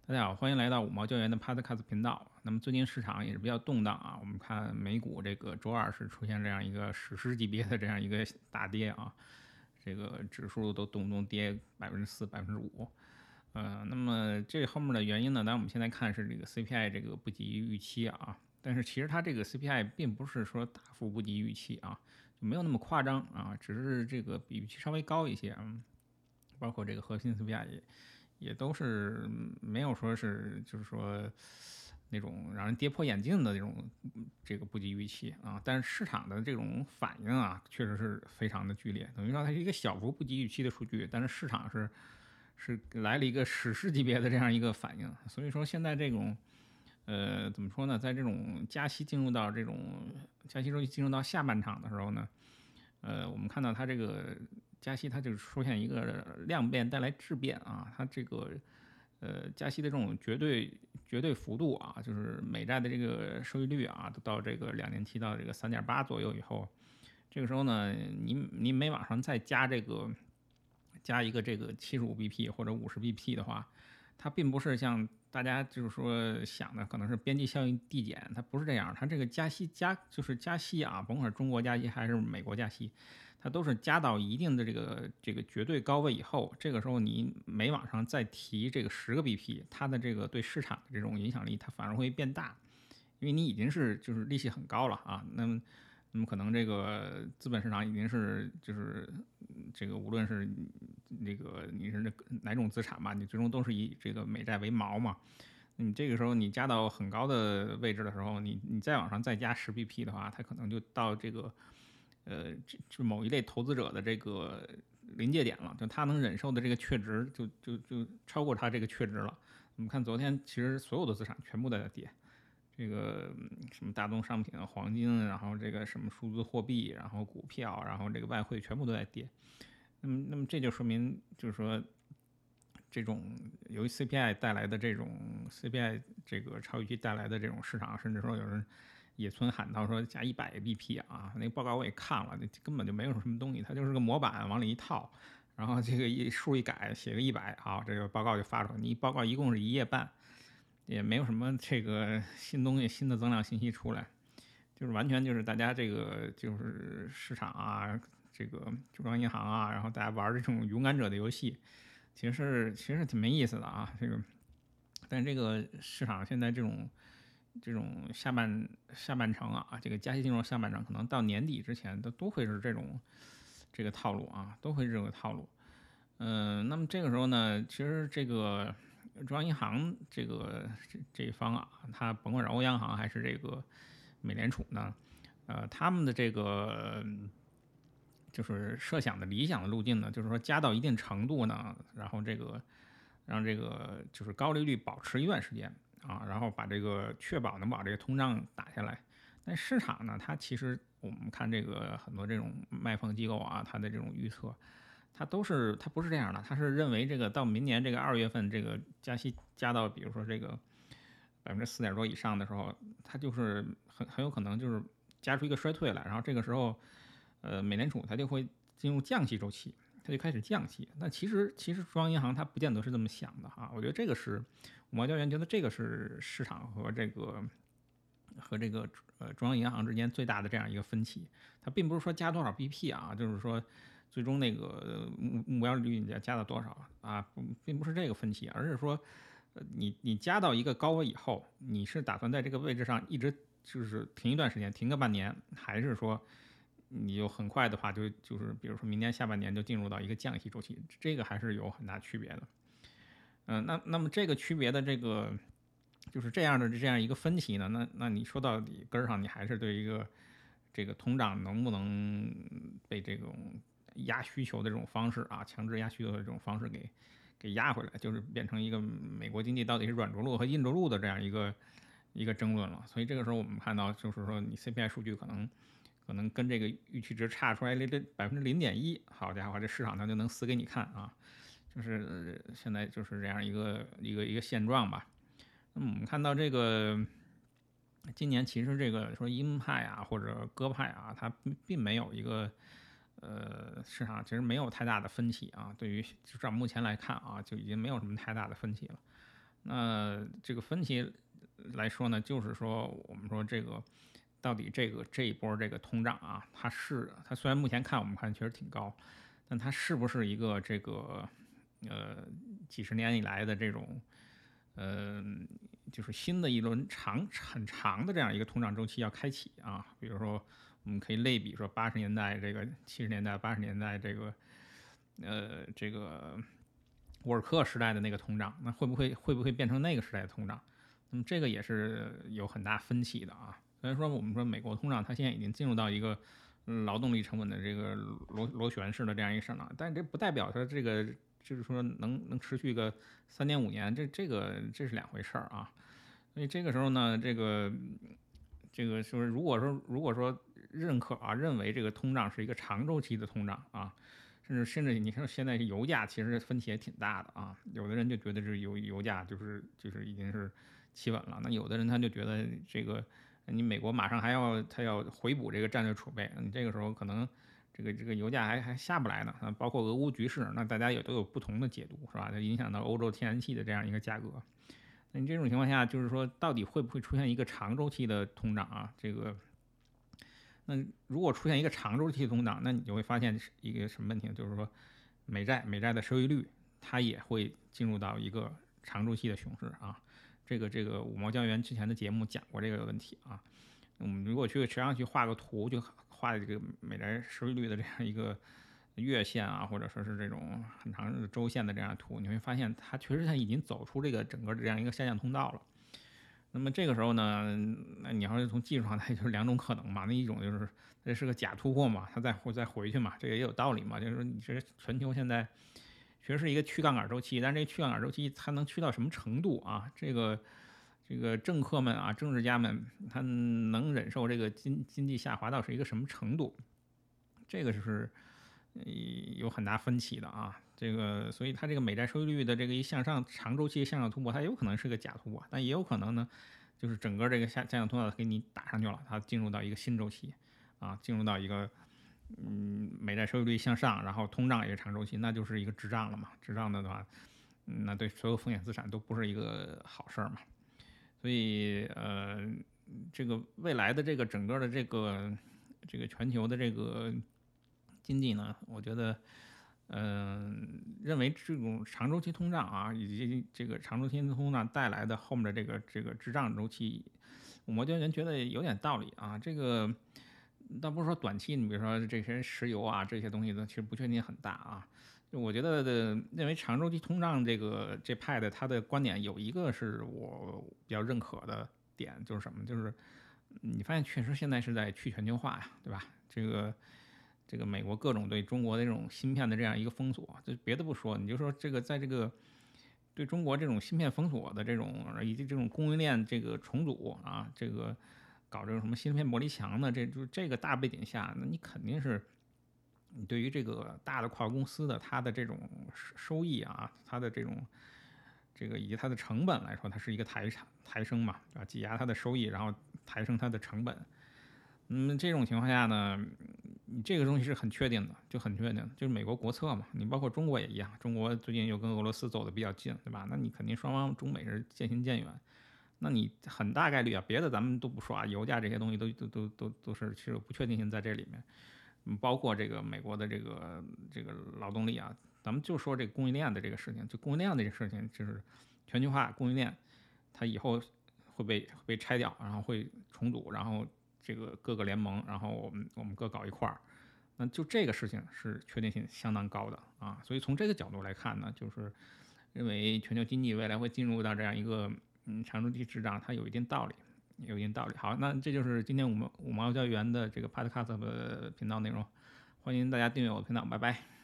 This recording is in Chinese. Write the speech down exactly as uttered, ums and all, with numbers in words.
大家好，欢迎来到五毛教员的 Podcast 频道。那么最近市场也是比较动荡啊，我们看美股这个周二是出现这样一个史诗级别的这样一个大跌啊，这个指数都动不动跌百分之四、百分之五。呃，那么这后面的原因呢，当然我们现在看是这个 C P I 这个不及预期啊，但是其实它这个 C P I 并不是说大幅不及预期啊，就没有那么夸张啊，只是这个比预期稍微高一些啊，包括这个核心 C P I 也。也都是没有说是就是说那种让人跌破眼镜的这种这个不及预期啊，但是市场的这种反应啊，确实是非常的剧烈。等于说它是一个小幅不及预期的数据，但是市场是是来了一个史诗级别的这样一个反应。所以说现在这种呃怎么说呢，在这种加息进入到这种加息周期进入到下半场的时候呢，呃，我们看到它这个加息，它就出现一个量变带来质变啊，它这个呃加息的这种绝对绝对幅度啊，就是美债的这个收益率啊，都到这个两年期到这个三点八左右以后，这个时候呢，你你每往上再加这个加一个这个七十五 B P 或者五十 B P 的话，它并不是像大家就是说想的可能是边际效应递减，它不是这样，它这个加息加就是加息啊，甭管是中国加息还是美国加息，它都是加到一定的这个这个绝对高位以后，这个时候你每往上再提这个十个 B P，它的这个对市场的这种影响力它反而会变大，因为你已经是就是利息很高了啊，那么。那么可能这个资本市场已经是就是这个无论是这个你是哪种资产吧，你最终都是以这个美债为锚嘛。你这个时候你加到很高的位置的时候，你你再往上再加十 B P 的话，它可能就到这个呃这就某一类投资者的这个临界点了，就他能忍受的这个确值就就就超过他这个确值了。我们看昨天其实所有的资产全部都在跌。这个什么大宗商品、黄金，然后这个什么数字货币，然后股票，然后这个外汇全部都在跌。那么，那么这就说明，就是说，这种由于 C P I 带来的这种 C P I 这个超预期带来的这种市场，甚至说有人野村喊到说加一百 B P 啊，那个报告我也看了，那根本就没有什么东西，它就是个模板往里一套，然后这个一数一改，写个一百，好，这个报告就发出来。你报告一共是一页半。也没有什么这个新东西、新的增量信息出来，就是完全就是大家这个就是市场啊，这个中央银行啊，然后大家玩这种勇敢者的游戏，其实其实挺没意思的啊。这个，但这个市场现在这种这种下半下半程啊，这个加息进入下半程，可能到年底之前都都会是这种这个套路啊，都会是这个套路。嗯、呃，那么这个时候呢，其实这个中央银行这个这这一方啊，它甭管是欧央行还是这个美联储呢，呃，他们的这个就是设想的理想的路径呢，就是说加到一定程度呢，然后这个让这个就是高利率保持一段时间啊，然后把这个确保能把这个通胀打下来。但市场呢，它其实我们看这个很多这种卖方机构啊，它的这种预测。它都是它不是这样的，它是认为这个到明年这个二月份这个加息加到比如说这个百分之四点多以上的时候，它就是很很有可能就是加出一个衰退来，然后这个时候，呃，美联储它就会进入降息周期，它就开始降息。那其实其实中央银行它不见得是这么想的哈，我觉得这个是五毛教员觉得这个是市场和这个和这个呃中央银行之间最大的这样一个分歧。它并不是说加多少 B P 啊，就是说最终那个目目标利率你要加到多少啊，并不是这个分歧，而是说，呃，你你加到一个高位以后，你是打算在这个位置上一直就是停一段时间，停个半年，还是说你就很快的话就就是比如说明年下半年就进入到一个降息周期，这个还是有很大区别的。嗯、呃，那那么这个区别的这个就是这样的这样一个分歧呢，那那你说到底根儿上，你还是对一个这个通胀能不能被这种压需求的这种方式啊，强制压需求的这种方式给给压回来，就是变成一个美国经济到底是软着陆和硬着陆的这样一个一个争论了。所以这个时候我们看到，就是说你 C P I 数据可能可能跟这个预期值差出来这百分之零点一，好家伙，这市场上就能死给你看啊！就是现在就是这样一个一个一个现状吧。那么我们看到这个今年其实这个说鹰派啊或者鸽派啊，它并没有一个呃市场其实没有太大的分歧啊。对于至少目前来看啊，就已经没有什么太大的分歧了。 那这个分歧来说呢，就是说我们说这个到底这个这一波这个通胀啊，它是它虽然目前看我们看确实挺高，但它是不是一个这个呃几十年以来的这种呃就是新的一轮长很长的这样一个通胀周期要开启啊？比如说我们可以类比说八十年代这个七十年代八十年代这个呃这个沃尔克时代的那个通胀，那会不会会不会变成那个时代的通胀？那么这个也是有很大分歧的啊。虽然说我们说美国通胀它现在已经进入到一个劳动力成本的这个螺螺旋式的这样一个上涨，但这不代表它这个就是说能能持续个三年五年，这这个这是两回事儿啊。所以这个时候呢，这个这个就是如果说如果说认可啊，认为这个通胀是一个长周期的通胀啊，甚至甚至你看现在油价其实分歧也挺大的啊，有的人就觉得是油油价就是就是已经是企稳了，那有的人他就觉得这个你美国马上还要他要回补这个战略储备，你这个时候可能这个这个油价还还下不来呢啊，包括俄乌局势，那大家也都有不同的解读是吧？它影响到欧洲天然气的这样一个价格。那你这种情况下，就是说到底会不会出现一个长周期的通胀啊？这个那如果出现一个长周期的通胀，那你就会发现一个什么问题？就是说，美债美债的收益率它也会进入到一个长周期的熊市啊。这个这个五毛教员之前的节目讲过这个问题啊。我们如果去实际上去画个图，就画这个美债收益率的这样一个月线啊，或者说是这种很长的周线的这样的图，你会发现它确实它已经走出这个整个这样一个下降通道了。那么这个时候呢，那你要是从技术上来，就是两种可能嘛。那一种就是这是个假突破嘛，它再回再回去嘛，这个也有道理嘛。就是说，你这全球现在确实是一个去杠杆周期，但这个去杠杆周期它能去到什么程度啊？这个这个政客们啊，政治家们，他能忍受这个经经济下滑到是一个什么程度？这个就是有很大分歧的啊。这个，所以它这个美债收益率的这个一向上长周期向上突破，它有可能是个假突破，但也有可能呢，就是整个这个下下降通道给你打上去了，它进入到一个新周期啊，进入到一个嗯美债收益率向上，然后通胀也是长周期，那就是一个滞胀了嘛。滞胀的话，那对所有风险资产都不是一个好事儿嘛。所以呃，这个未来的这个整个的这个这个全球的这个经济呢，我觉得。嗯，认为这种长周期通胀啊，以及这个长周期通胀带来的后面的这个这个滞胀周期，我个人觉得有点道理啊。这个倒不是说短期，你比如说这些石油啊这些东西的，其实不确定性很大啊。我觉得的认为长周期通胀这个这派的他的观点有一个是我比较认可的点，就是什么？就是你发现确实现在是在去全球化呀，对吧？这个。这个美国各种对中国的这种芯片的这样一个封锁，就别的不说，你就说这个在这个对中国这种芯片封锁的这种以及这种供应链这个重组啊，这个搞这种什么芯片玻璃墙的，这就这个大背景下，那你肯定是你对于这个大的跨国公司的它的这种收益啊，它的这种这个以及它的成本来说，它是一个抬抬升嘛，啊，挤压它的收益，然后抬升它的成本。嗯，这种情况下呢，你这个东西是很确定的，就很确定，就是美国国策嘛。你包括中国也一样，中国最近又跟俄罗斯走的比较近，对吧？那你肯定双方中美是渐行渐远。那你很大概率啊，别的咱们都不说啊，油价这些东西都都都都都是是有不确定性在这里面。嗯，包括这个美国的这个这个劳动力啊，咱们就说这个供应链的这个事情，就供应链的这个事情，就是全球化供应链，它以后会被会被拆掉，然后会重组，然后。这个各个联盟，然后我们我们各搞一块儿，那就这个事情是确定性相当高的啊，所以从这个角度来看呢，就是认为全球经济未来会进入到这样一个嗯长周期滞胀，它有一定道理，有一定道理。好，那这就是今天我们五毛教员的这个 Podcast 的频道内容，欢迎大家订阅我的频道，拜拜。